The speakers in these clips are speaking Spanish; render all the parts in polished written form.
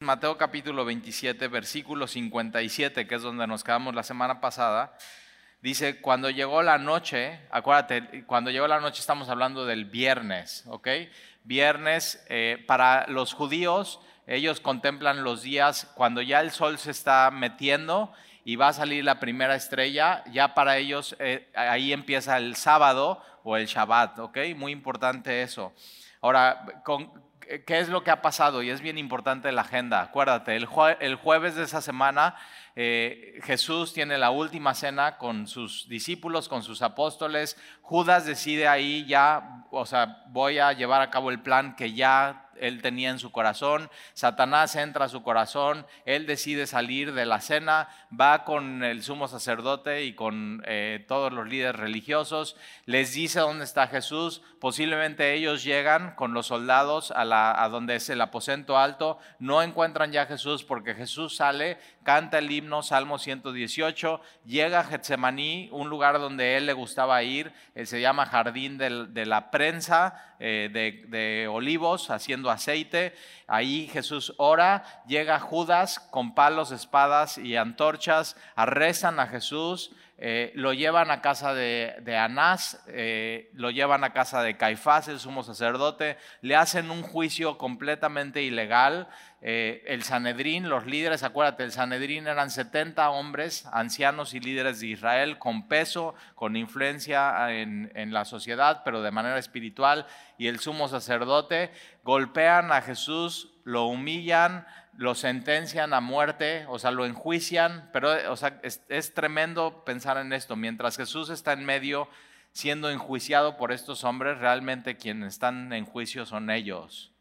Mateo capítulo 27, versículo 57, que es donde nos quedamos la semana pasada, dice, cuando llegó la noche, acuérdate, cuando llegó la noche estamos hablando del viernes, ¿ok? Viernes, para los judíos, ellos contemplan los días cuando ya el sol se está metiendo y va a salir la primera estrella, ya para ellos ahí empieza el sábado o el Shabbat, ¿ok? Muy importante eso. Ahora, ¿qué es lo que ha pasado? Y es bien importante la agenda. Acuérdate, el jueves de esa semana Jesús tiene la última cena con sus discípulos, con sus apóstoles. Judas decide ahí ya, o sea, voy a llevar a cabo el plan que ya él tenía en su corazón. Satanás entra a su corazón, él decide salir de la cena, va con el sumo sacerdote y con todos los líderes religiosos, les dice dónde está Jesús. Posiblemente ellos llegan con los soldados a donde es el aposento alto, no encuentran ya a Jesús porque Jesús sale, canta el himno, Salmo 118, llega a Getsemaní, un lugar donde él le gustaba ir, se llama Jardín de la Prensa, de olivos, haciendo aceite. Ahí Jesús ora, llega Judas con palos, espadas y antorchas, arrestan a Jesús, lo llevan a casa de Anás, lo llevan a casa de Caifás, el sumo sacerdote, le hacen un juicio completamente ilegal. El Sanedrín, los líderes, acuérdate, el Sanedrín eran 70 hombres, ancianos y líderes de Israel, con peso, con influencia en la sociedad, pero de manera espiritual, y el sumo sacerdote golpean a Jesús, lo humillan, lo sentencian a muerte, o sea, lo enjuician, pero o sea, es tremendo pensar en esto. Mientras Jesús está en medio siendo enjuiciado por estos hombres, realmente quienes están en juicio son ellos.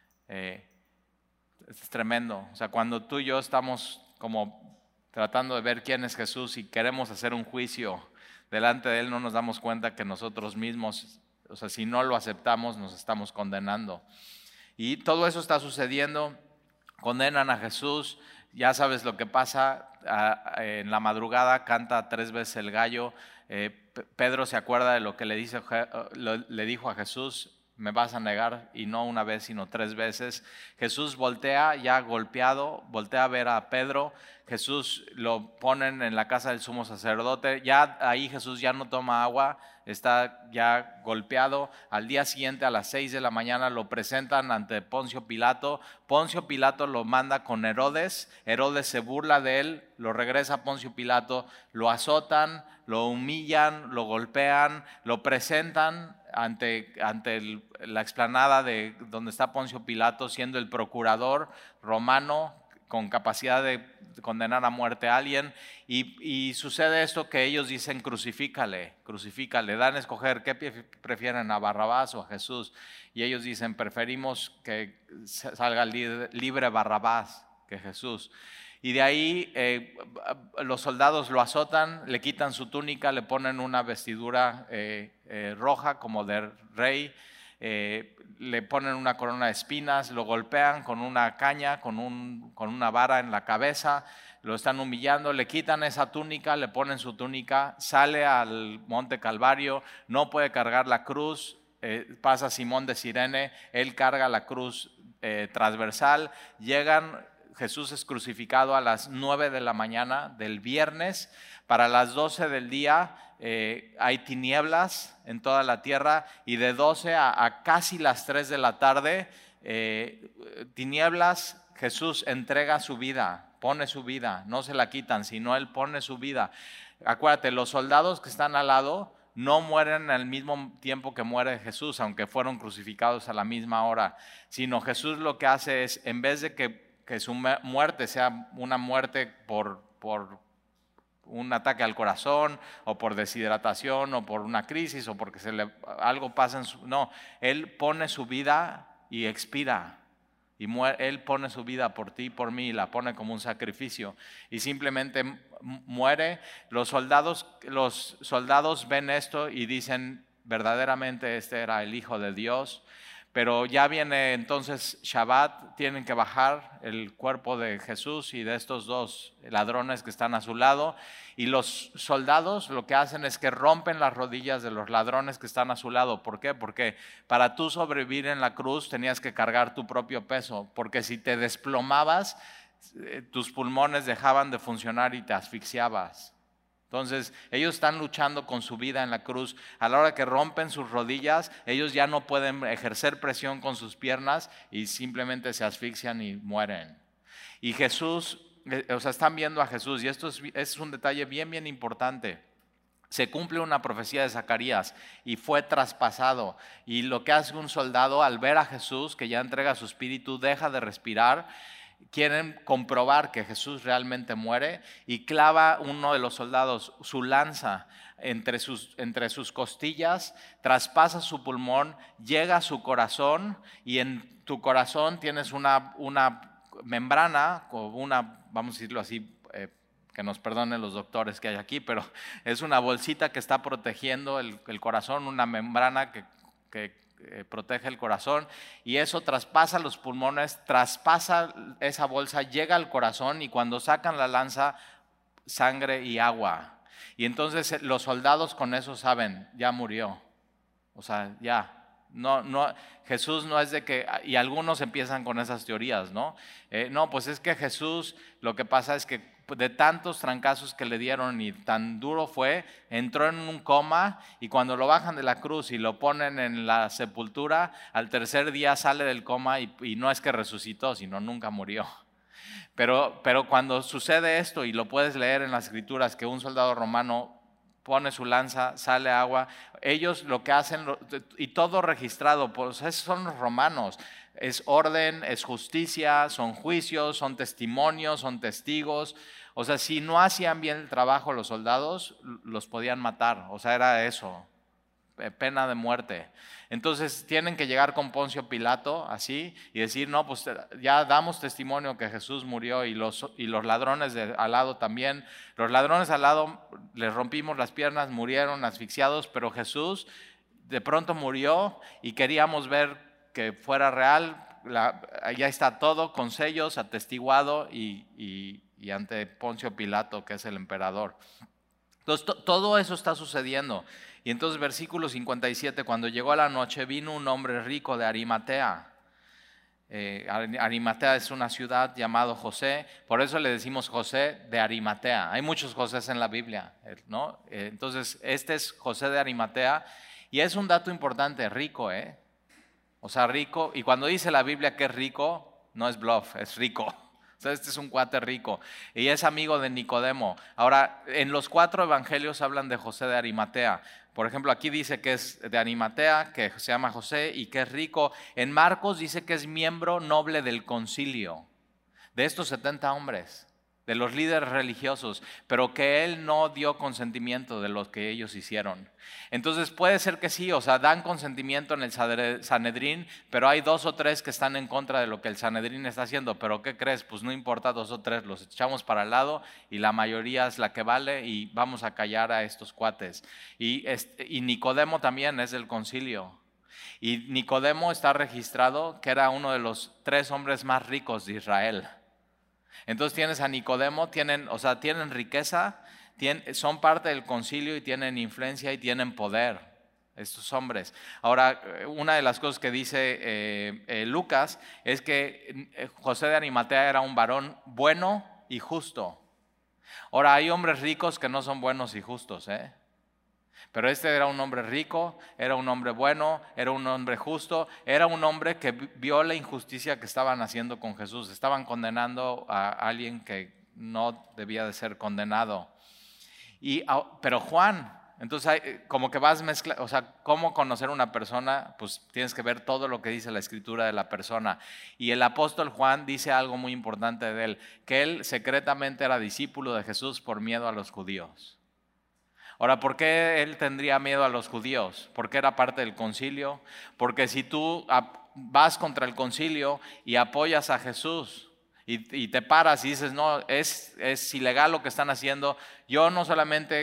Es tremendo. O sea, cuando tú y yo estamos como tratando de ver quién es Jesús y queremos hacer un juicio delante de Él, no nos damos cuenta que nosotros mismos, o sea, si no lo aceptamos, nos estamos condenando. Y todo eso está sucediendo. Condenan a Jesús, ya sabes lo que pasa, en la madrugada canta 3 veces el gallo. Pedro se acuerda de lo que le dijo a Jesús: me vas a negar, y no una vez sino 3 veces. Jesús voltea ya golpeado, voltea a ver a Pedro. Jesús lo ponen en la casa del sumo sacerdote, ya ahí Jesús ya no toma agua, está ya golpeado. Al día siguiente a las 6 de la mañana lo presentan ante Poncio Pilato. Poncio Pilato lo manda con Herodes, Herodes se burla de él, lo regresa a Poncio Pilato, lo azotan, lo humillan, lo golpean, lo presentan ante la explanada de donde está Poncio Pilato, siendo el procurador romano con capacidad de condenar a muerte a alguien, y sucede esto que ellos dicen: crucifícale, dan a escoger qué prefieren, a Barrabás o a Jesús, y ellos dicen: preferimos que salga libre Barrabás que Jesús. Y de ahí los soldados lo azotan, le quitan su túnica, le ponen una vestidura roja como de rey, le ponen una corona de espinas, lo golpean con una caña, con una vara en la cabeza, lo están humillando, le quitan esa túnica, le ponen su túnica, sale al monte Calvario, no puede cargar la cruz, pasa Simón de Cirene, él carga la cruz transversal, Jesús es crucificado a las 9 de la mañana del viernes. Para las 12 del día hay tinieblas en toda la tierra, y de 12 a casi las 3 de la tarde, tinieblas, Jesús entrega su vida, pone su vida, no se la quitan, sino Él pone su vida. Acuérdate, los soldados que están al lado no mueren al mismo tiempo que muere Jesús, aunque fueron crucificados a la misma hora, sino Jesús lo que hace es, en vez de que su muerte sea una muerte por un ataque al corazón, o por deshidratación, o por una crisis, o porque algo pasa no, Él pone su vida y expira, y Él pone su vida por ti y por mí, y la pone como un sacrificio, y simplemente muere. Los soldados ven esto y dicen: verdaderamente este era el Hijo de Dios. Pero ya viene entonces Shabbat, tienen que bajar el cuerpo de Jesús y de estos dos ladrones que están a su lado. Y los soldados lo que hacen es que rompen las rodillas de los ladrones que están a su lado. ¿Por qué? Porque para tú sobrevivir en la cruz tenías que cargar tu propio peso. Porque si te desplomabas, tus pulmones dejaban de funcionar y te asfixiabas. Entonces, ellos están luchando con su vida en la cruz. A la hora que rompen sus rodillas, ellos ya no pueden ejercer presión con sus piernas y simplemente se asfixian y mueren. Y Jesús, están viendo a Jesús, y esto es un detalle bien importante. Se cumple una profecía de Zacarías y fue traspasado. Y lo que hace un soldado al ver a Jesús, que ya entrega su espíritu, deja de respirar. Quieren comprobar que Jesús realmente muere y clava uno de los soldados su lanza entre sus costillas, traspasa su pulmón, llega a su corazón y en tu corazón tienes una membrana, vamos a decirlo así, que nos perdonen los doctores que hay aquí, pero es una bolsita que está protegiendo el corazón, una membrana que protege el corazón, y eso traspasa los pulmones, traspasa esa bolsa, llega al corazón, y cuando sacan la lanza, sangre y agua. Y entonces los soldados con eso saben, ya murió. O sea, ya. No, Jesús no es de que, y algunos empiezan con esas teorías, ¿no? No, pues es que Jesús, lo que pasa es que de tantos trancazos que le dieron y tan duro fue, entró en un coma, y cuando lo bajan de la cruz y lo ponen en la sepultura, al tercer día sale del coma y no es que resucitó, sino nunca murió. Pero cuando sucede esto, y lo puedes leer en las escrituras, que un soldado romano pone su lanza, sale agua, ellos lo que hacen, y todo registrado, pues esos son los romanos, es orden, es justicia, son juicios, son testimonios, son testigos. O sea, si no hacían bien el trabajo los soldados, los podían matar. O sea, era eso, pena de muerte. Entonces tienen que llegar con Poncio Pilato así y decir, no, pues ya damos testimonio que Jesús murió, y los ladrones al lado también. Los ladrones al lado les rompimos las piernas, murieron asfixiados, pero Jesús de pronto murió y queríamos ver que fuera real. Ya está todo con sellos, atestiguado y ante Poncio Pilato, que es el emperador. Entonces todo eso está sucediendo. Y entonces versículo 57, cuando llegó a la noche, vino un hombre rico de Arimatea. Arimatea es una ciudad llamado José, por eso le decimos José de Arimatea. Hay muchos Josés en la Biblia, ¿no? Entonces este es José de Arimatea, y es un dato importante, rico, o sea, rico. Y cuando dice la Biblia que es rico, no es bluff, es rico. O sea, este es un cuate rico y es amigo de Nicodemo. Ahora, en los 4 evangelios hablan de José de Arimatea. Por ejemplo, aquí dice que es de Arimatea, que se llama José y que es rico. En Marcos dice que es miembro noble del concilio, de estos 70 hombres, de los líderes religiosos, pero que él no dio consentimiento de lo que ellos hicieron. Entonces puede ser que sí, o sea, dan consentimiento en el Sanedrín, pero hay 2 o 3 que están en contra de lo que el Sanedrín está haciendo. Pero ¿qué crees? Pues no importa 2 o 3, los echamos para el lado y la mayoría es la que vale, y vamos a callar a estos cuates. Y Nicodemo también es del concilio. Y Nicodemo está registrado que era uno de los 3 hombres más ricos de Israel. Entonces tienes a Nicodemo, tienen riqueza, son parte del concilio y tienen influencia y tienen poder, estos hombres. Ahora, una de las cosas que dice Lucas es que José de Arimatea era un varón bueno y justo. Ahora, hay hombres ricos que no son buenos y justos, pero este era un hombre rico, era un hombre bueno, era un hombre justo, era un hombre que vio la injusticia que estaban haciendo con Jesús. Estaban condenando a alguien que no debía de ser condenado. Pero Juan, entonces como que vas mezclando, o sea, ¿cómo conocer una persona? Pues tienes que ver todo lo que dice la escritura de la persona. Y el apóstol Juan dice algo muy importante de él, que él secretamente era discípulo de Jesús por miedo a los judíos. Ahora, ¿por qué él tendría miedo a los judíos? Porque era parte del concilio. Porque si tú vas contra el concilio y apoyas a Jesús y te paras y dices, no, es ilegal lo que están haciendo, yo no solamente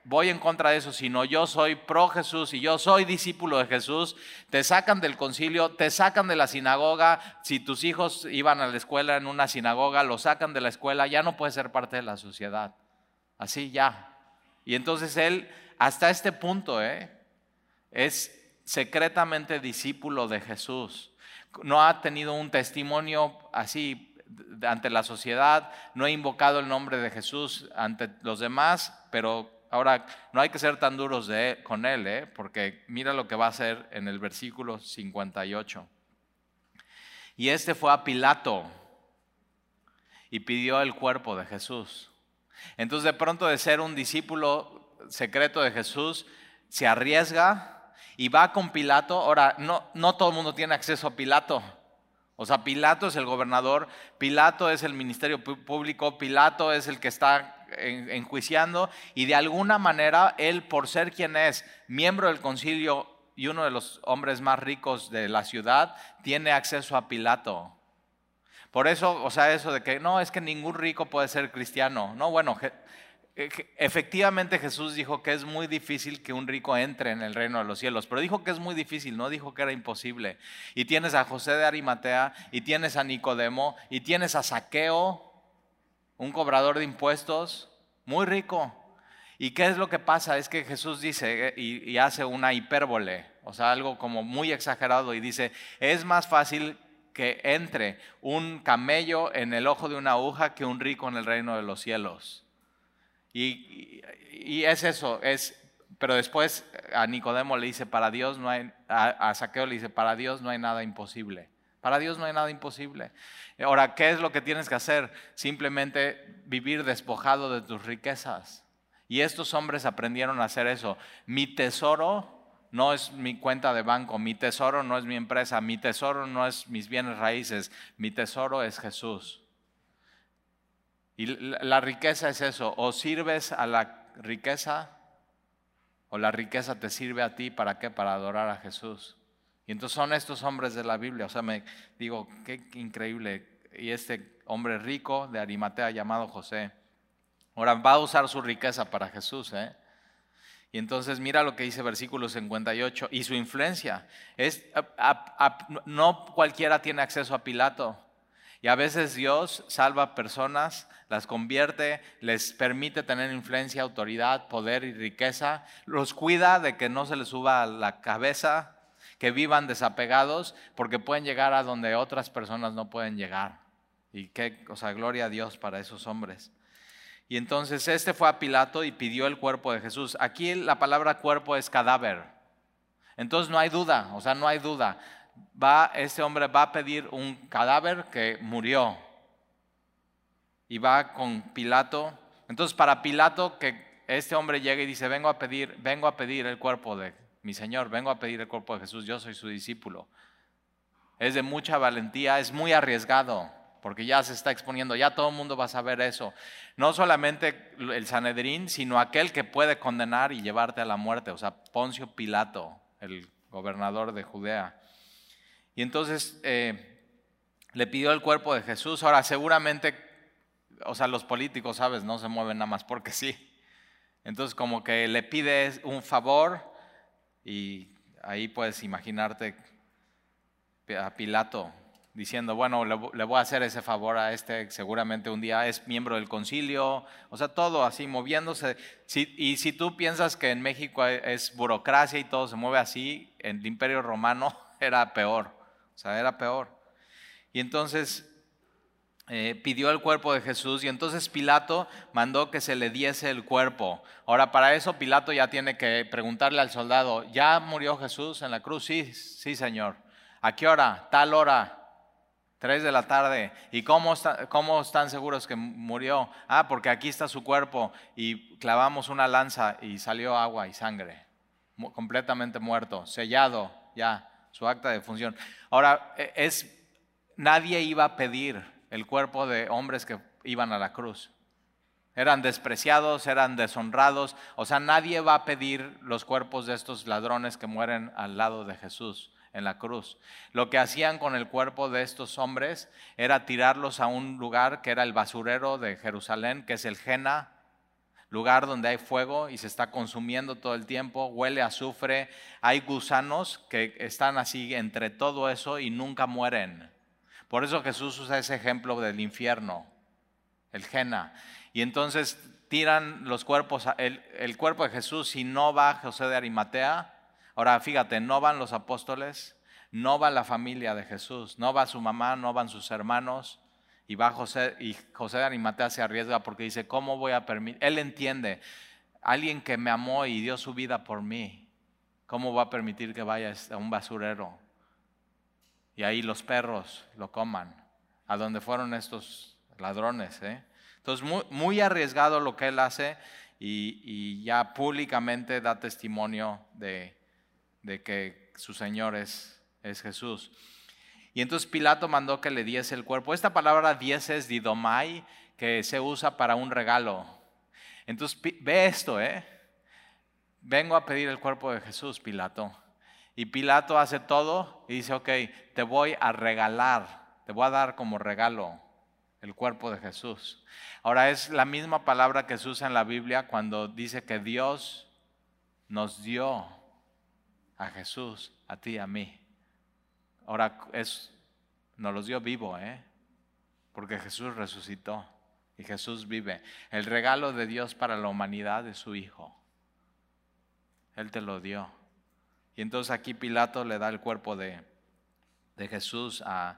voy en contra de eso, sino yo soy pro Jesús y yo soy discípulo de Jesús, te sacan del concilio, te sacan de la sinagoga. Si tus hijos iban a la escuela en una sinagoga, los sacan de la escuela, ya no puedes ser parte de la sociedad. Así ya. Y entonces él, hasta este punto, es secretamente discípulo de Jesús. No ha tenido un testimonio así ante la sociedad, no ha invocado el nombre de Jesús ante los demás, pero ahora no hay que ser tan duros con él, porque mira lo que va a hacer en el versículo 58. Y este fue a Pilato y pidió el cuerpo de Jesús. Entonces de pronto, de ser un discípulo secreto de Jesús, se arriesga y va con Pilato. Ahora, no todo el mundo tiene acceso a Pilato. O sea, Pilato es el gobernador, Pilato es el ministerio público, Pilato es el que está enjuiciando, y de alguna manera él, por ser quien es, miembro del concilio y uno de los hombres más ricos de la ciudad, tiene acceso a Pilato. Por eso, o sea, eso de que no, es que ningún rico puede ser cristiano. No, bueno, efectivamente Jesús dijo que es muy difícil que un rico entre en el reino de los cielos, pero dijo que es muy difícil, no dijo que era imposible. Y tienes a José de Arimatea, y tienes a Nicodemo, y tienes a Zaqueo, un cobrador de impuestos, muy rico. ¿Y qué es lo que pasa? Es que Jesús dice y hace una hipérbole, o sea, algo como muy exagerado, y dice, es más fácil que entre un camello en el ojo de una aguja que un rico en el reino de los cielos. Y es eso, pero después a Nicodemo le dice, para Dios no hay, a Zaqueo le dice, para Dios no hay nada imposible. Para Dios no hay nada imposible. Ahora, ¿qué es lo que tienes que hacer? Simplemente vivir despojado de tus riquezas. Y estos hombres aprendieron a hacer eso. Mi tesoro no es mi cuenta de banco, mi tesoro no es mi empresa, mi tesoro no es mis bienes raíces, mi tesoro es Jesús. Y la riqueza es eso, o sirves a la riqueza o la riqueza te sirve a ti. ¿Para qué? Para adorar a Jesús. Y entonces son estos hombres de la Biblia. O sea, me digo, qué increíble. Y este hombre rico de Arimatea llamado José, ahora va a usar su riqueza para Jesús. Y entonces mira lo que dice versículo 58. Y su influencia es, no cualquiera tiene acceso a Pilato. Y a veces Dios salva personas, las convierte, les permite tener influencia, autoridad, poder y riqueza, los cuida de que no se les suba a la cabeza, que vivan desapegados, porque pueden llegar a donde otras personas no pueden llegar. Y gloria a Dios para esos hombres. Y entonces este fue a Pilato y pidió el cuerpo de Jesús. Aquí la palabra cuerpo es cadáver. Entonces no hay duda, no hay duda. Este hombre va a pedir un cadáver que murió. Y va con Pilato. Entonces para Pilato, que este hombre llega y dice, vengo a pedir el cuerpo de mi Señor, vengo a pedir el cuerpo de Jesús, yo soy su discípulo. Es de mucha valentía, es muy arriesgado, porque ya se está exponiendo, ya todo el mundo va a saber eso. No solamente el Sanedrín, sino aquel que puede condenar y llevarte a la muerte, o sea, Poncio Pilato, el gobernador de Judea. Y entonces le pidió el cuerpo de Jesús. Ahora seguramente, los políticos, ¿sabes? No se mueven nada más porque sí. Entonces como que le pide un favor y ahí puedes imaginarte a Pilato diciendo, bueno, le voy a hacer ese favor a seguramente un día es miembro del concilio, todo así moviéndose. Y si tú piensas que en México es burocracia y todo se mueve así, en el Imperio Romano era peor, era peor. Y entonces pidió el cuerpo de Jesús y entonces Pilato mandó que se le diese el cuerpo. Ahora para eso Pilato ya tiene que preguntarle al soldado, ¿ya murió Jesús en la cruz? Sí, Señor. ¿A qué hora? Tal hora. 3 de la tarde. ¿Y cómo están seguros que murió? Porque aquí está su cuerpo y clavamos una lanza y salió agua y sangre. Completamente muerto, sellado ya, su acta de función. Ahora, nadie iba a pedir el cuerpo de hombres que iban a la cruz. Eran despreciados, eran deshonrados. Nadie va a pedir los cuerpos de estos ladrones que mueren al lado de Jesús en la cruz. Lo que hacían con el cuerpo de estos hombres era tirarlos a un lugar que era el basurero de Jerusalén, que es el Jena. lugar donde hay fuego y se está consumiendo todo el tiempo, huele a azufre, hay gusanos que están así entre todo eso y nunca mueren. Por eso Jesús usa ese ejemplo del infierno, el Gena. Y entonces tiran los cuerpos, el cuerpo de Jesús, y no va José de Arimatea. Ahora fíjate, no van los apóstoles, no va la familia de Jesús, no va su mamá, no van sus hermanos. Y va José, y José de Arimatea se arriesga porque dice, ¿cómo voy a permitir? Él entiende, alguien que me amó y dio su vida por mí, ¿cómo va a permitir que vaya a un basurero? Y ahí los perros lo coman, a donde fueron estos ladrones. Entonces, muy arriesgado lo que él hace, y ya públicamente da testimonio de que su Señor es Jesús. Y entonces Pilato mandó que le diese el cuerpo. Esta palabra diese es didomai, que se usa para un regalo. Entonces ve esto, vengo a pedir el cuerpo de Jesús, Pilato. Y Pilato hace todo y dice, ok, te voy a regalar, te voy a dar como regalo el cuerpo de Jesús. Ahora es la misma palabra que se usa en la Biblia cuando dice que Dios nos dio a Jesús, a ti y a mí. Ahora nos los dio vivo, porque Jesús resucitó y Jesús vive. El regalo de Dios para la humanidad es su Hijo. Él te lo dio. Y entonces aquí Pilato le da el cuerpo de Jesús a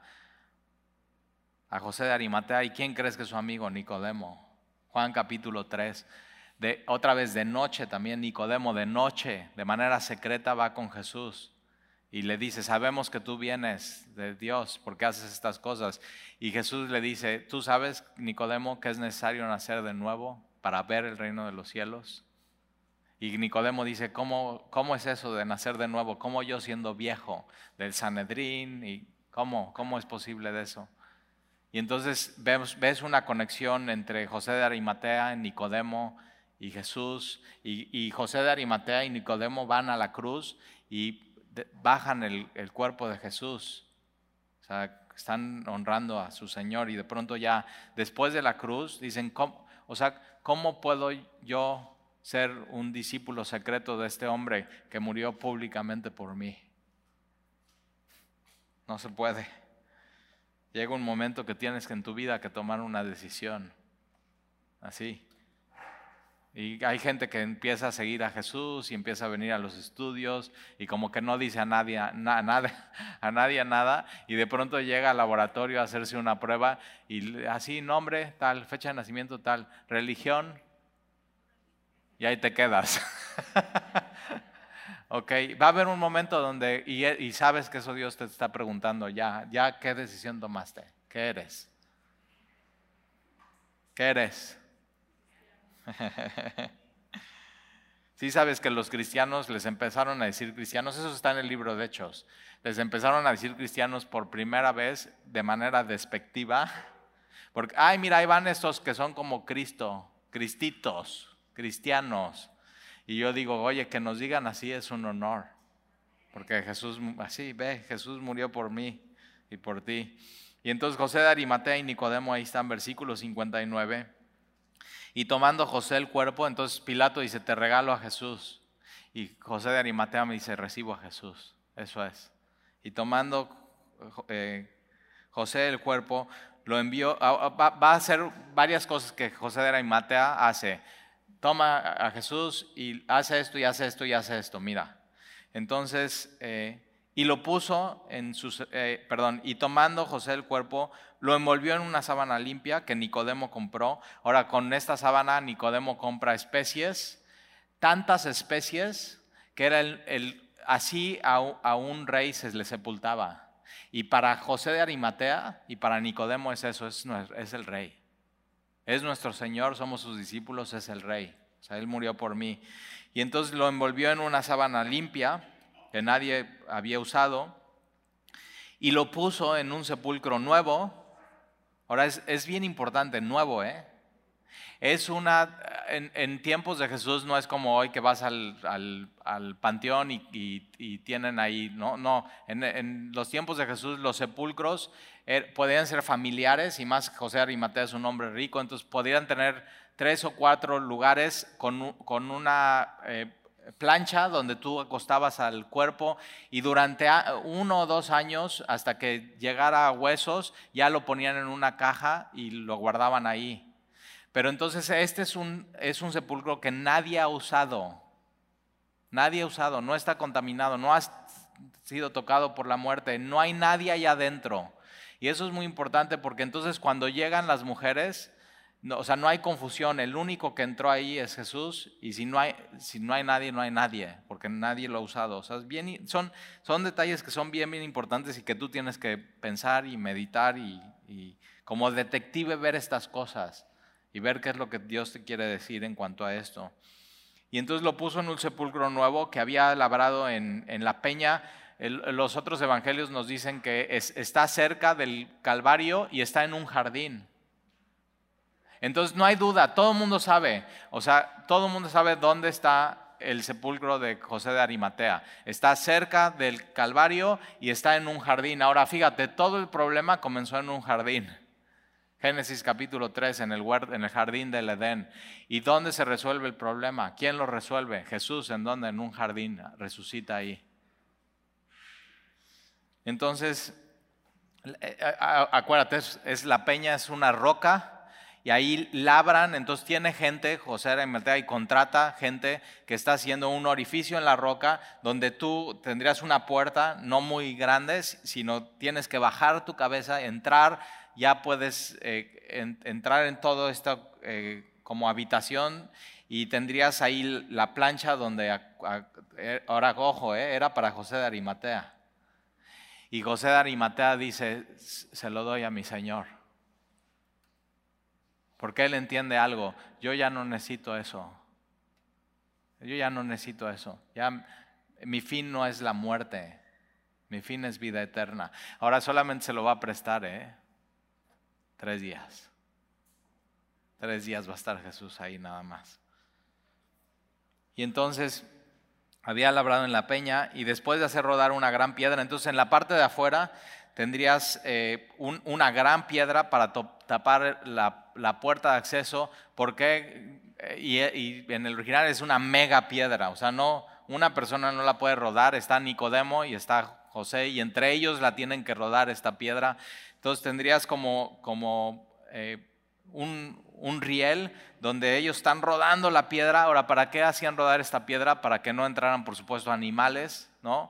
José de Arimatea. ¿Y quién crees que es su amigo? Nicodemo. Juan capítulo 3. Otra vez de noche también, Nicodemo de noche, de manera secreta va con Jesús. Y le dice, sabemos que tú vienes de Dios porque haces estas cosas. Y Jesús le dice, ¿tú sabes, Nicodemo, que es necesario nacer de nuevo para ver el reino de los cielos? Y Nicodemo dice, ¿cómo es eso de nacer de nuevo? ¿Cómo yo siendo viejo del Sanedrín? ¿Y cómo es posible de eso? Y entonces ves una conexión entre José de Arimatea, Nicodemo y Jesús. Y José de Arimatea y Nicodemo van a la cruz y bajan el cuerpo de Jesús. O sea, están honrando a su Señor, y de pronto ya después de la cruz dicen, ¿cómo puedo yo ser un discípulo secreto de este hombre que murió públicamente por mí? No se puede. Llega un momento que tienes que en tu vida que tomar una decisión. Así. Y hay gente que empieza a seguir a Jesús y empieza a venir a los estudios y como que no dice a nadie nada, y de pronto llega al laboratorio a hacerse una prueba y así, nombre, tal, fecha de nacimiento, tal, religión, y ahí te quedas. Ok, va a haber un momento donde, y sabes que eso Dios te está preguntando, ya ¿qué decisión tomaste? ¿Qué eres? ¿Qué eres? Sí, sabes que los cristianos les empezaron a decir cristianos, eso está en el libro de Hechos, les empezaron a decir cristianos por primera vez de manera despectiva, porque, ay, mira, ahí van estos que son como Cristo, cristitos, cristianos. Y yo digo, oye, que nos digan así es un honor, porque Jesús, así, Jesús murió por mí y por ti. Y entonces José de Arimatea y Nicodemo, ahí están, versículo 59. Y tomando José el cuerpo, entonces Pilato dice, te regalo a Jesús. Y José de Arimatea me dice, recibo a Jesús. Eso es. Y tomando José el cuerpo, lo envió, va a hacer varias cosas que José de Arimatea hace. Toma a Jesús y hace esto y hace esto y hace esto, mira. Entonces, y lo puso y tomando José el cuerpo, lo envolvió en una sábana limpia que Nicodemo compró. Ahora, con esta sábana Nicodemo compra especies, tantas especies que era así a un rey se le sepultaba. Y para José de Arimatea y para Nicodemo es eso, es el rey. Es nuestro Señor, somos sus discípulos, es el Rey. O sea, Él murió por mí. Y entonces lo envolvió en una sábana limpia que nadie había usado y lo puso en un sepulcro nuevo. Ahora es bien importante, nuevo, En tiempos de Jesús no es como hoy que vas al panteón y tienen ahí, no, en los tiempos de Jesús los sepulcros podían ser familiares, y más José de Arimatea es un hombre rico, entonces podían tener 3 o 4 lugares con una plancha donde tú acostabas al cuerpo, y durante 1 o 2 años, hasta que llegara a huesos, ya lo ponían en una caja y lo guardaban ahí. Pero entonces este es un sepulcro que nadie ha usado, no está contaminado, no ha sido tocado por la muerte, no hay nadie allá adentro. Y eso es muy importante, porque entonces cuando llegan las mujeres, no, o sea, no hay confusión, el único que entró ahí es Jesús, y si no hay nadie, no hay nadie, porque nadie lo ha usado. O sea, son detalles que son bien importantes y que tú tienes que pensar y meditar y como detective ver estas cosas y ver qué es lo que Dios te quiere decir en cuanto a esto. Y entonces lo puso en un sepulcro nuevo que había labrado en la peña. Los otros evangelios nos dicen que está cerca del Calvario y está en un jardín. Entonces no hay duda, todo el mundo sabe, o sea, todo el mundo sabe dónde está el sepulcro de José de Arimatea. Está cerca del Calvario y está en un jardín. Ahora fíjate, todo el problema comenzó en un jardín. Génesis capítulo 3, en el jardín del Edén. ¿Y dónde se resuelve el problema? ¿Quién lo resuelve? Jesús. ¿En dónde? En un jardín. Resucita ahí. Entonces, acuérdate, la peña es una roca y ahí labran. Entonces tiene gente, José de Arimatea, y contrata gente que está haciendo un orificio en la roca donde tú tendrías una puerta no muy grande, sino tienes que bajar tu cabeza, entrar. Ya puedes entrar en todo esto como habitación, y tendrías ahí la plancha donde, ahora ojo, era para José de Arimatea. Y José de Arimatea dice, se lo doy a mi Señor. Porque él entiende algo, yo ya no necesito eso. Ya, mi fin no es la muerte, mi fin es vida eterna. Ahora solamente se lo va a prestar, 3 días. 3 días va a estar Jesús ahí nada más. Y entonces había labrado en la peña, y después de hacer rodar una gran piedra, entonces en la parte de afuera tendrías una gran piedra para tapar la puerta de acceso. Porque y en el original es una mega piedra, o sea, no, una persona no la puede rodar. Está Nicodemo y está José, y entre ellos la tienen que rodar esta piedra. Entonces tendrías como un riel donde ellos están rodando la piedra. Ahora, ¿para qué hacían rodar esta piedra? Para que no entraran, por supuesto, animales, ¿no?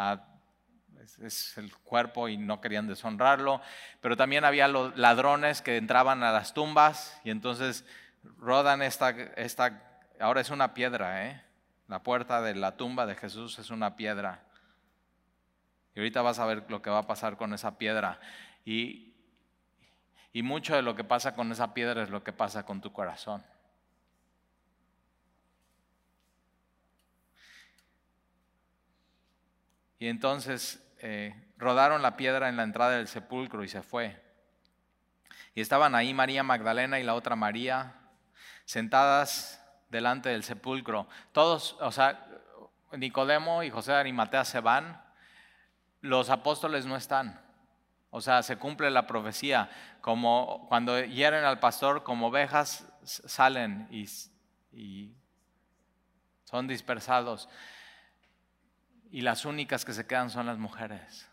Es el cuerpo y no querían deshonrarlo. Pero también había los ladrones que entraban a las tumbas, y entonces rodan ahora es una piedra, la puerta de la tumba de Jesús es una piedra. Y ahorita vas a ver lo que va a pasar con esa piedra. Y mucho de lo que pasa con esa piedra es lo que pasa con tu corazón. Y entonces rodaron la piedra en la entrada del sepulcro y se fue. Y estaban ahí María Magdalena y la otra María, sentadas delante del sepulcro. Todos, o sea, Nicodemo y José de Arimatea se van, los apóstoles no están. O sea, se cumple la profecía, como cuando hieren al pastor, como ovejas salen y son dispersados. Y las únicas que se quedan son las mujeres.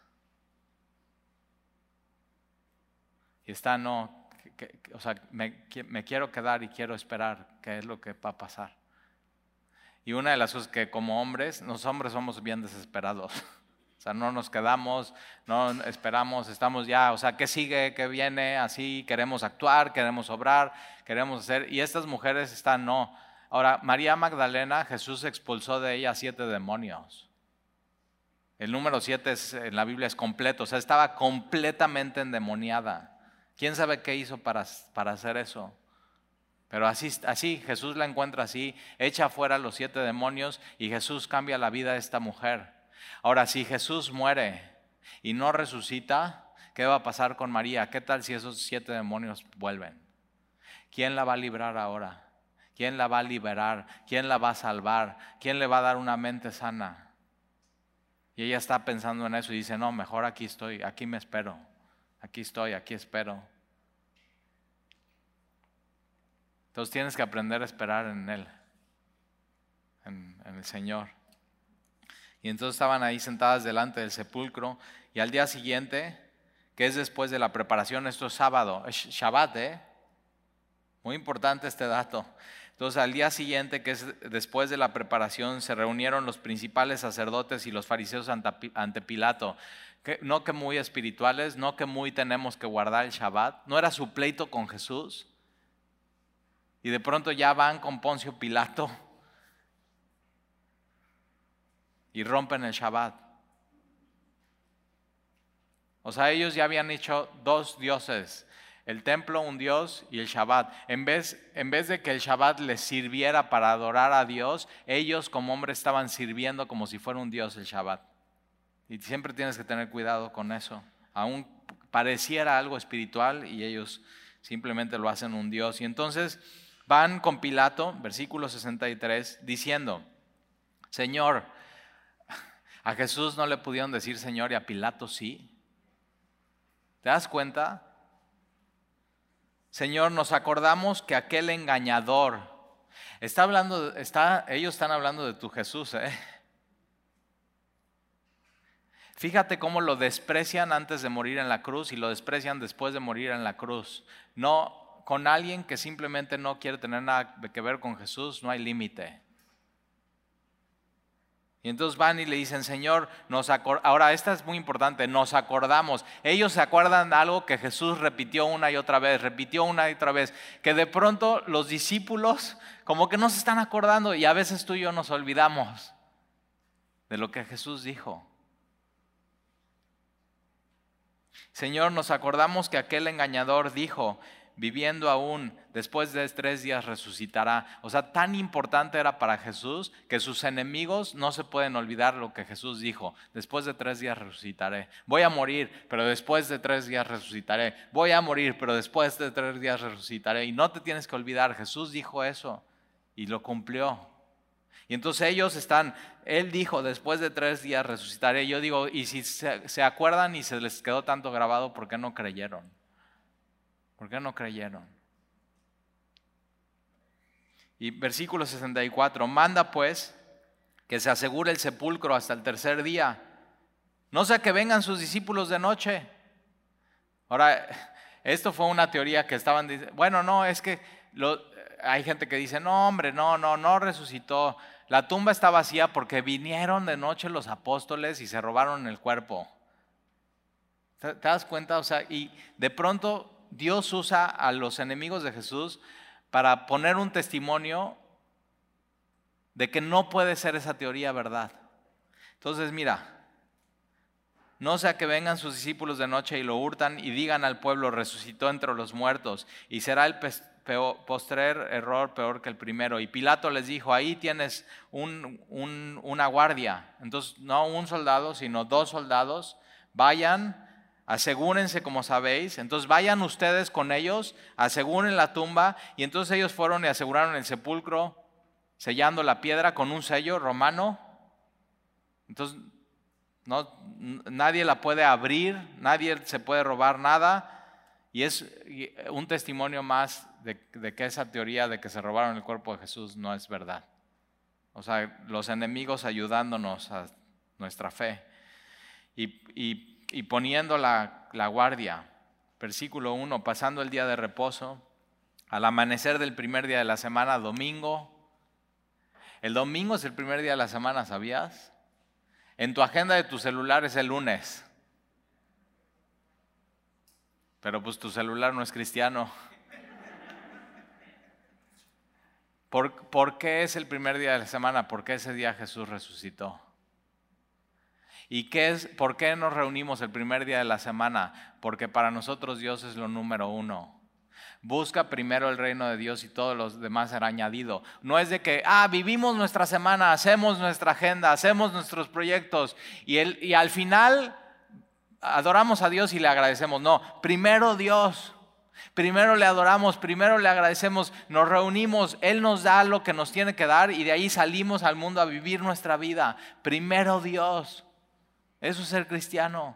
Y están, o sea, me quiero quedar y quiero esperar qué es lo que va a pasar. Y una de las cosas que como hombres, los hombres somos bien desesperados. O sea, no nos quedamos, no esperamos, estamos ya, o sea, ¿qué sigue? ¿Qué viene? Así, queremos actuar, queremos obrar, queremos hacer. Y estas mujeres están, no. Ahora, María Magdalena, Jesús expulsó de ella 7 demonios. El número 7 en la Biblia es completo, o sea, estaba completamente endemoniada. ¿Quién sabe qué hizo para hacer eso? Pero así Jesús la encuentra así, echa fuera los 7 demonios, y Jesús cambia la vida de esta mujer. Ahora, si Jesús muere y no resucita, ¿qué va a pasar con María? ¿Qué tal si esos 7 demonios vuelven? ¿Quién la va a librar ahora? ¿Quién la va a liberar? ¿Quién la va a salvar? ¿Quién le va a dar una mente sana? Y ella está pensando en eso y dice, no, mejor aquí estoy, aquí me espero. Aquí estoy, aquí espero. Entonces tienes que aprender a esperar en Él, en el Señor. Y entonces estaban ahí sentadas delante del sepulcro y al día siguiente, que es después de la preparación, esto es sábado, es Shabbat, muy importante este dato. Entonces al día siguiente, que es después de la preparación, se reunieron los principales sacerdotes y los fariseos ante Pilato. No que muy espirituales, no que muy tenemos que guardar el Shabbat, no era su pleito con Jesús. Y de pronto ya van con Poncio Pilato y rompen el Shabbat. O sea, ellos ya habían hecho dos dioses, el templo un dios y el Shabbat. En vez de que el Shabbat les sirviera para adorar a Dios, ellos como hombres estaban sirviendo como si fuera un dios el Shabbat. Y siempre tienes que tener cuidado con eso. Aún pareciera algo espiritual y ellos simplemente lo hacen un dios. Y entonces van con Pilato, versículo 63, diciendo, Señor, a Jesús no le pudieron decir Señor y a Pilato sí. ¿Te das cuenta? Señor, nos acordamos que aquel engañador, ellos están hablando de tu Jesús, Fíjate cómo lo desprecian antes de morir en la cruz y lo desprecian después de morir en la cruz. No, con alguien que simplemente no quiere tener nada que ver con Jesús, no hay límite. Y entonces van y le dicen, Señor, ahora esta es muy importante, nos acordamos. Ellos se acuerdan de algo que Jesús repitió una y otra vez, que de pronto los discípulos como que no se están acordando y a veces tú y yo nos olvidamos de lo que Jesús dijo. Señor, nos acordamos que aquel engañador dijo, viviendo aún, después de 3 días resucitará. O sea, tan importante era para Jesús que sus enemigos no se pueden olvidar lo que Jesús dijo. Después de 3 días resucitaré. Voy a morir, pero después de 3 días resucitaré. Voy a morir, pero después de 3 días resucitaré. Y no te tienes que olvidar, Jesús dijo eso y lo cumplió. Y entonces él dijo, después de 3 días resucitaré. Yo digo, y si se acuerdan y se les quedó tanto grabado, ¿por qué no creyeron? ¿Por qué no creyeron? Y versículo 64, manda pues que se asegure el sepulcro hasta el 3er día. No sea que vengan sus discípulos de noche. Ahora, esto fue una teoría que estaban diciendo, bueno, no, es que hay gente que dice, no hombre, no resucitó. La tumba está vacía porque vinieron de noche los apóstoles y se robaron el cuerpo. ¿Te das cuenta? O sea, y de pronto Dios usa a los enemigos de Jesús para poner un testimonio de que no puede ser esa teoría verdad. Entonces mira, no sea que vengan sus discípulos de noche y lo hurtan y digan al pueblo, resucitó entre los muertos, y será el postrer error peor que el primero. Y Pilato les dijo, ahí tienes una guardia. Entonces no un soldado, sino 2 soldados, vayan, asegúrense como sabéis. Entonces vayan ustedes con ellos, aseguren la tumba. Y entonces ellos fueron y aseguraron el sepulcro, sellando la piedra con un sello romano. Entonces nadie la puede abrir, nadie se puede robar nada. Y es un testimonio más de que esa teoría de que se robaron el cuerpo de Jesús no es verdad. O sea, los enemigos ayudándonos a nuestra fe. Y poniendo la guardia, versículo 1, pasando el día de reposo, al amanecer del primer día de la semana, domingo. El domingo es el primer día de la semana, ¿sabías? En tu agenda de tu celular es el lunes. Pero pues tu celular no es cristiano. ¿Por qué es el primer día de la semana? Porque ese día Jesús resucitó. ¿Y por qué nos reunimos el primer día de la semana? Porque para nosotros Dios es lo número 1. Busca primero el reino de Dios y todo lo demás será añadido. No es de que, vivimos nuestra semana, hacemos nuestra agenda, hacemos nuestros proyectos y al final adoramos a Dios y le agradecemos. No, primero Dios. Primero le adoramos, primero le agradecemos, nos reunimos, Él nos da lo que nos tiene que dar y de ahí salimos al mundo a vivir nuestra vida. Primero Dios. Eso es ser cristiano.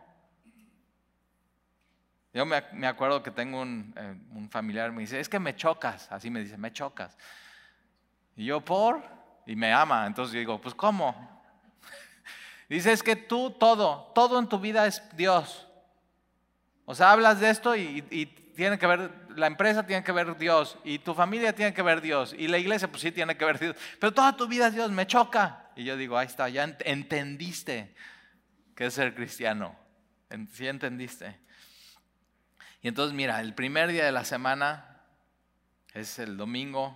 Yo me acuerdo que tengo un familiar, me dice, es que me chocas, así me dice, me chocas. Y yo, ¿por? Y me ama, entonces yo digo, pues ¿cómo? Dice, es que tú todo en tu vida es Dios. O sea, hablas de esto y tiene que ver, la empresa tiene que ver Dios, y tu familia tiene que ver Dios, y la iglesia pues sí tiene que ver Dios, pero toda tu vida es Dios, me choca. Y yo digo, ahí está, ya entendiste qué es ser cristiano, sí entendiste. Y entonces mira, el primer día de la semana es el domingo.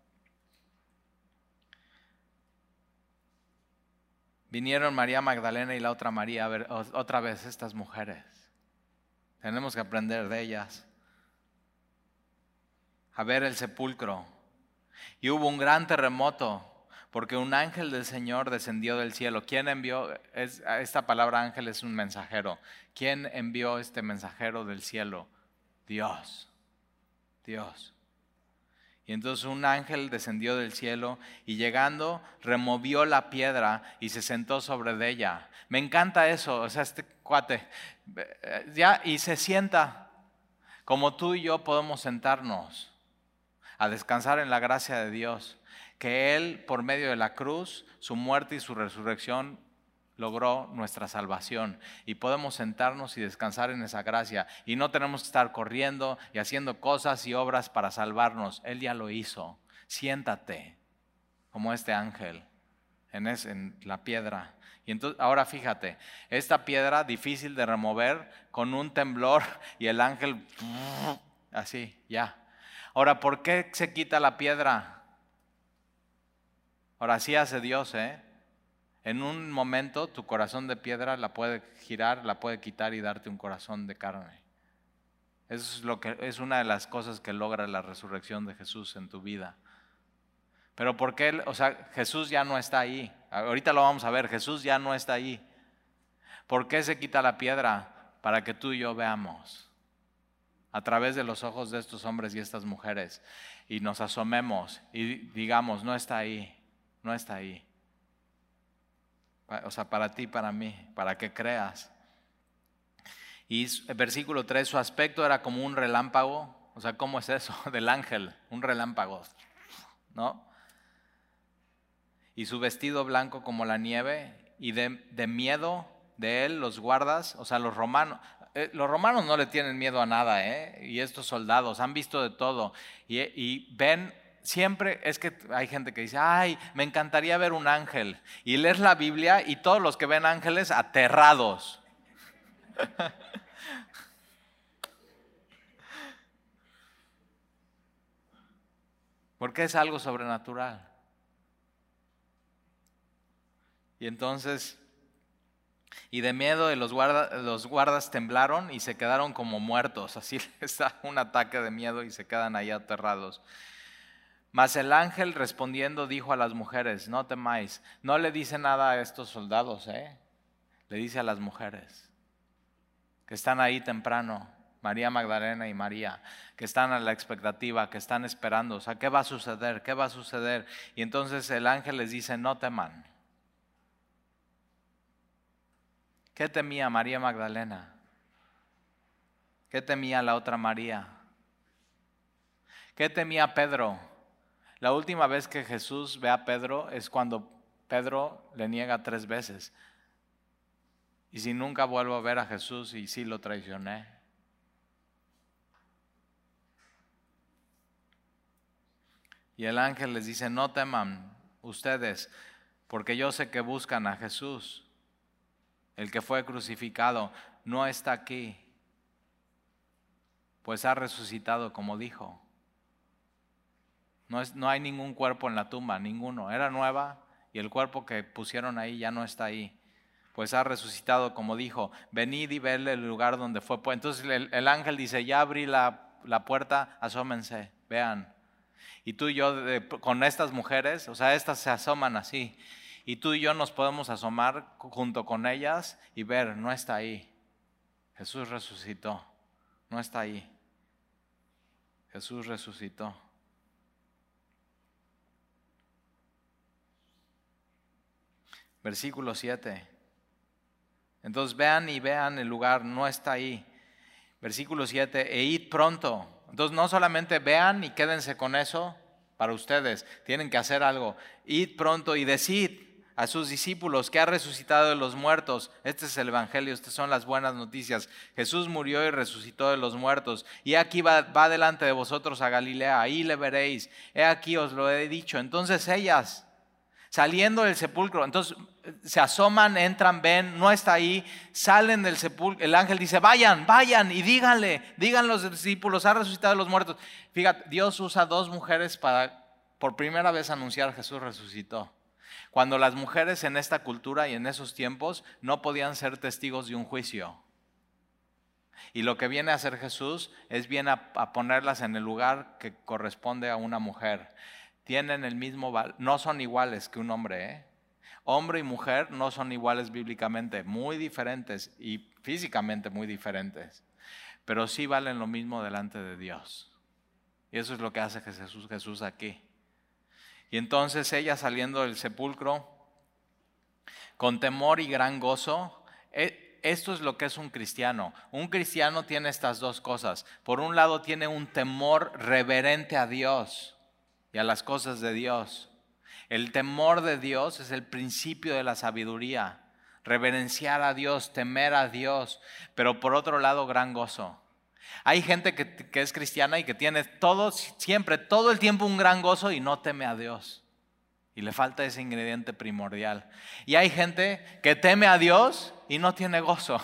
Vinieron María Magdalena y la otra María a ver otra vez estas mujeres. Tenemos que aprender de ellas. A ver el sepulcro. Y hubo un gran terremoto porque un ángel del Señor descendió del cielo. ¿Quién envió? Esta palabra ángel es un mensajero. ¿Quién envió este mensajero del cielo? Dios. Dios. Y entonces un ángel descendió del cielo y llegando removió la piedra y se sentó sobre de ella. Me encanta eso, o sea, este cuate ya y se sienta como tú y yo podemos sentarnos a descansar en la gracia de Dios, que Él por medio de la cruz, su muerte y su resurrección logró nuestra salvación y podemos sentarnos y descansar en esa gracia y no tenemos que estar corriendo y haciendo cosas y obras para salvarnos. Él ya lo hizo. Siéntate como este ángel en la piedra. Y entonces ahora fíjate, esta piedra difícil de remover con un temblor y el ángel así, ya. Ahora, ¿por qué se quita la piedra? Ahora sí hace Dios, En un momento tu corazón de piedra la puede girar, la puede quitar y darte un corazón de carne. Eso es una de las cosas que logra la resurrección de Jesús en tu vida. Pero ¿por qué? O sea, Jesús ya no está ahí. Ahorita lo vamos a ver, Jesús ya no está ahí. ¿Por qué se quita la piedra? Para que tú y yo veamos a través de los ojos de estos hombres y estas mujeres y nos asomemos y digamos, no está ahí, no está ahí. O sea, para ti, para mí, para que creas. Y el versículo 3, su aspecto era como un relámpago. O sea, ¿cómo es eso? Del ángel, un relámpago, ¿no? Y su vestido blanco como la nieve, y de miedo de él los guardas, o sea, los romanos no le tienen miedo a nada, y estos soldados han visto de todo, y ven. Siempre es que hay gente que dice, ay, me encantaría ver un ángel. Y lees la Biblia y todos los que ven ángeles aterrados. Porque es algo sobrenatural. Y entonces, y de miedo de los guardas temblaron y se quedaron como muertos. Así les da un ataque de miedo y se quedan ahí aterrados. Mas el ángel respondiendo dijo a las mujeres, no temáis. No le dice nada a estos soldados, le dice a las mujeres que están ahí temprano, María Magdalena y María, que están a la expectativa, que están esperando. O sea, ¿qué va a suceder? ¿Qué va a suceder? Y entonces el ángel les dice, no teman. ¿Qué temía María Magdalena? ¿Qué temía la otra María? ¿Qué temía Pedro? La última vez que Jesús ve a Pedro es cuando Pedro le niega 3 veces. Y si nunca vuelvo a ver a Jesús y sí lo traicioné. Y el ángel les dice, no teman ustedes, porque yo sé que buscan a Jesús. El que fue crucificado no está aquí, pues ha resucitado como dijo. No hay ningún cuerpo en la tumba, ninguno. Era nueva y el cuerpo que pusieron ahí ya no está ahí. Pues ha resucitado como dijo. Venid y ved el lugar donde fue. Entonces el ángel dice, ya abrí la puerta, asómense, vean. Y tú y yo con estas mujeres, o sea, estas se asoman así. Y tú y yo nos podemos asomar junto con ellas y ver, no está ahí. Jesús resucitó, no está ahí. Jesús resucitó. Versículo 7. Entonces vean el lugar, no está ahí. Versículo 7, e id pronto. Entonces no solamente vean y quédense con eso para ustedes, tienen que hacer algo. Id pronto y decid a sus discípulos que ha resucitado de los muertos. Este es el evangelio, estas son las buenas noticias. Jesús murió y resucitó de los muertos. Y aquí va delante de vosotros a Galilea, ahí le veréis. He aquí os lo he dicho. Entonces ellas, saliendo del sepulcro, entonces se asoman, entran, ven, no está ahí, salen del sepulcro. El ángel dice, vayan y digan los discípulos, ha resucitado de los muertos. Fíjate, Dios usa dos mujeres para por primera vez anunciar Jesús resucitó. Cuando las mujeres en esta cultura y en esos tiempos no podían ser testigos de un juicio. Y lo que viene a hacer Jesús es viene a ponerlas en el lugar que corresponde a una mujer. Tienen el mismo valor, no son iguales que un hombre, ¿eh? Hombre y mujer no son iguales bíblicamente, muy diferentes y físicamente muy diferentes, pero sí valen lo mismo delante de Dios. Y eso es lo que hace Jesús aquí. Y entonces ella saliendo del sepulcro, con temor y gran gozo, esto es lo que es un cristiano. Un cristiano tiene estas dos cosas. Por un lado tiene un temor reverente a Dios y a las cosas de Dios. El temor de Dios es el principio de la sabiduría. Reverenciar a Dios, temer a Dios, pero por otro lado gran gozo. Hay gente que es cristiana y que tiene siempre, todo el tiempo un gran gozo y no teme a Dios. Y le falta ese ingrediente primordial. Y hay gente que teme a Dios y no tiene gozo.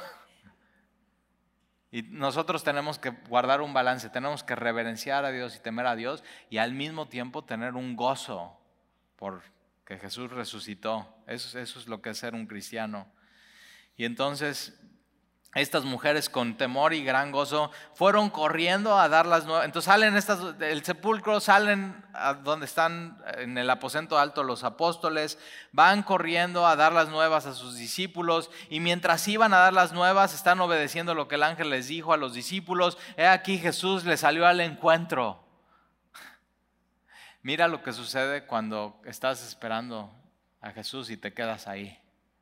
Y nosotros tenemos que guardar un balance, tenemos que reverenciar a Dios y temer a Dios y al mismo tiempo tener un gozo porque Jesús resucitó. Eso es lo que es ser un cristiano. Y entonces estas mujeres con temor y gran gozo fueron corriendo a dar las nuevas. Entonces salen del sepulcro, salen a donde están en el aposento alto los apóstoles, van corriendo a dar las nuevas a sus discípulos y mientras iban a dar las nuevas están obedeciendo lo que el ángel les dijo a los discípulos. He aquí Jesús les salió al encuentro. Mira lo que sucede cuando estás esperando a Jesús y te quedas ahí.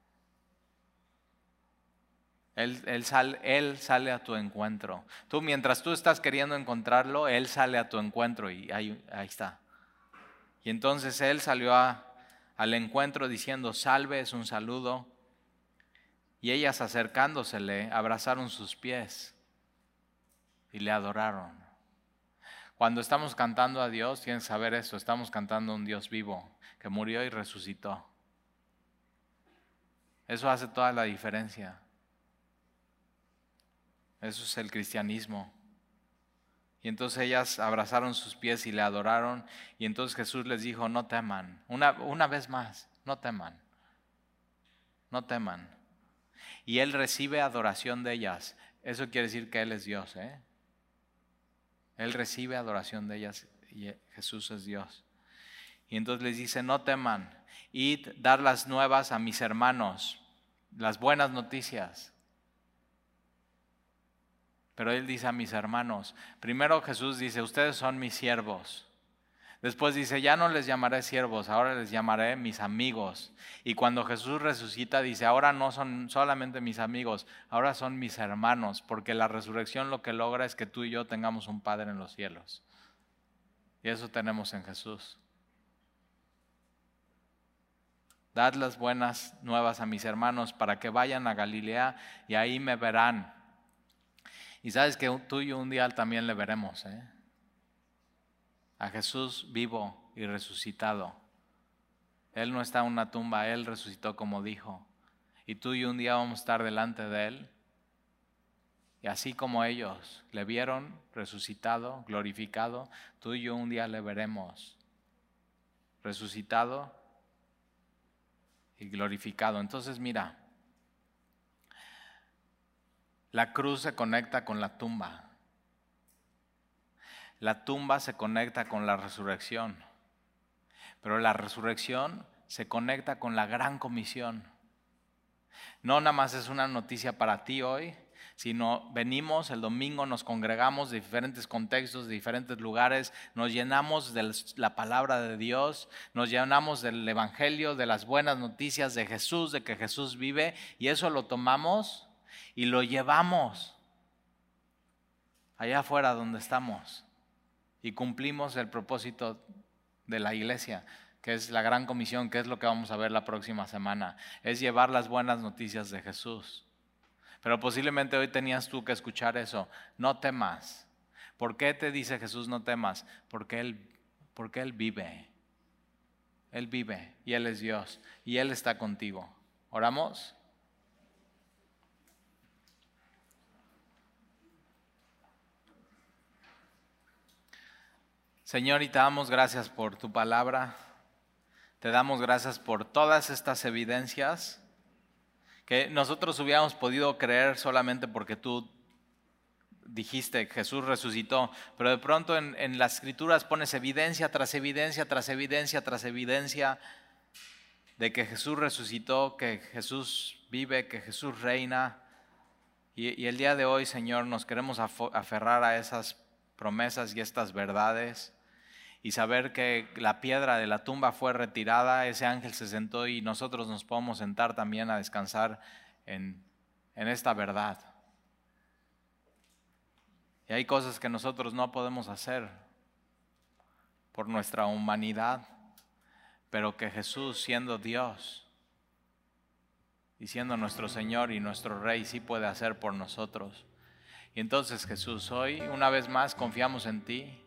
Él sale a tu encuentro. Mientras tú estás queriendo encontrarlo, Él sale a tu encuentro y ahí está. Y entonces Él salió al encuentro diciendo, salve, es un saludo. Y ellas acercándosele, abrazaron sus pies y le adoraron. Cuando estamos cantando a Dios, tienes que saber esto, estamos cantando a un Dios vivo que murió y resucitó. Eso hace toda la diferencia. Eso es el cristianismo. Y entonces ellas abrazaron sus pies y le adoraron. Y entonces Jesús les dijo, no teman. Una vez más, no teman. No teman. Y Él recibe adoración de ellas. Eso quiere decir que Él es Dios, ¿eh? Él recibe adoración de ellas y Jesús es Dios. Y entonces les dice, no teman. Id, dar las nuevas a mis hermanos. Las buenas noticias. Pero Él dice a mis hermanos, primero Jesús dice, ustedes son mis siervos. Después dice, ya no les llamaré siervos, ahora les llamaré mis amigos. Y cuando Jesús resucita dice, ahora no son solamente mis amigos, ahora son mis hermanos, porque la resurrección lo que logra es que tú y yo tengamos un Padre en los cielos. Y eso tenemos en Jesús. Dad las buenas nuevas a mis hermanos para que vayan a Galilea y ahí me verán. Y sabes que tú y yo un día también le veremos, ¿eh? A Jesús vivo y resucitado. Él no está en una tumba, Él resucitó como dijo. Y tú y yo un día vamos a estar delante de Él. Y así como ellos le vieron resucitado, glorificado, tú y yo un día le veremos resucitado y glorificado. Entonces mira, la cruz se conecta con la tumba. La tumba se conecta con la resurrección. Pero la resurrección se conecta con la gran comisión. No nada más es una noticia para ti hoy, sino venimos el domingo, nos congregamos de diferentes contextos, de diferentes lugares, nos llenamos de la palabra de Dios, nos llenamos del evangelio, de las buenas noticias de Jesús, de que Jesús vive, y eso lo tomamos y lo llevamos allá afuera donde estamos y cumplimos el propósito de la iglesia, que es la gran comisión, que es lo que vamos a ver la próxima semana, es llevar las buenas noticias de Jesús. Pero posiblemente hoy tenías tú que escuchar eso, no temas. ¿Por qué te dice Jesús no temas? Porque Él vive. Él vive y Él es Dios y Él está contigo. ¿Oramos? Señor, y te damos gracias por tu palabra. Te damos gracias por todas estas evidencias que nosotros hubiéramos podido creer solamente porque tú dijiste que Jesús resucitó, pero de pronto en las Escrituras pones evidencia tras evidencia, tras evidencia, tras evidencia de que Jesús resucitó, que Jesús vive, que Jesús reina. Y el día de hoy, Señor, nos queremos aferrar a esas promesas y estas verdades. Y saber que la piedra de la tumba fue retirada, ese ángel se sentó y nosotros nos podemos sentar también a descansar en esta verdad. Y hay cosas que nosotros no podemos hacer por nuestra humanidad, pero que Jesús, siendo Dios y siendo nuestro Señor y nuestro Rey, sí puede hacer por nosotros. Y entonces, Jesús, hoy una vez más confiamos en ti.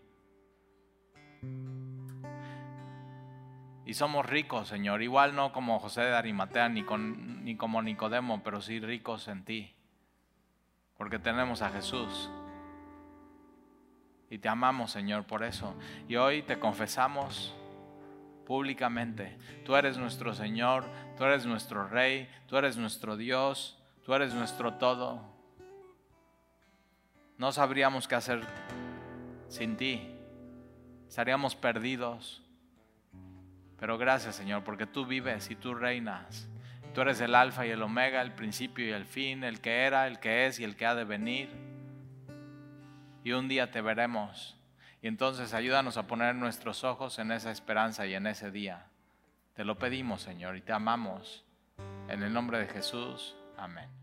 Y somos ricos, Señor, igual no como José de Arimatea ni como Nicodemo, pero sí ricos en ti, porque tenemos a Jesús. Y te amamos, Señor, por eso. Y hoy te confesamos públicamente, tú eres nuestro Señor, tú eres nuestro Rey, tú eres nuestro Dios, tú eres nuestro todo. No sabríamos qué hacer sin ti, estaríamos perdidos. Pero gracias, Señor, porque tú vives y tú reinas. Tú eres el alfa y el omega, el principio y el fin, el que era, el que es y el que ha de venir. Y un día te veremos. Y entonces ayúdanos a poner nuestros ojos en esa esperanza y en ese día. Te lo pedimos, Señor, y te amamos. En el nombre de Jesús. Amén.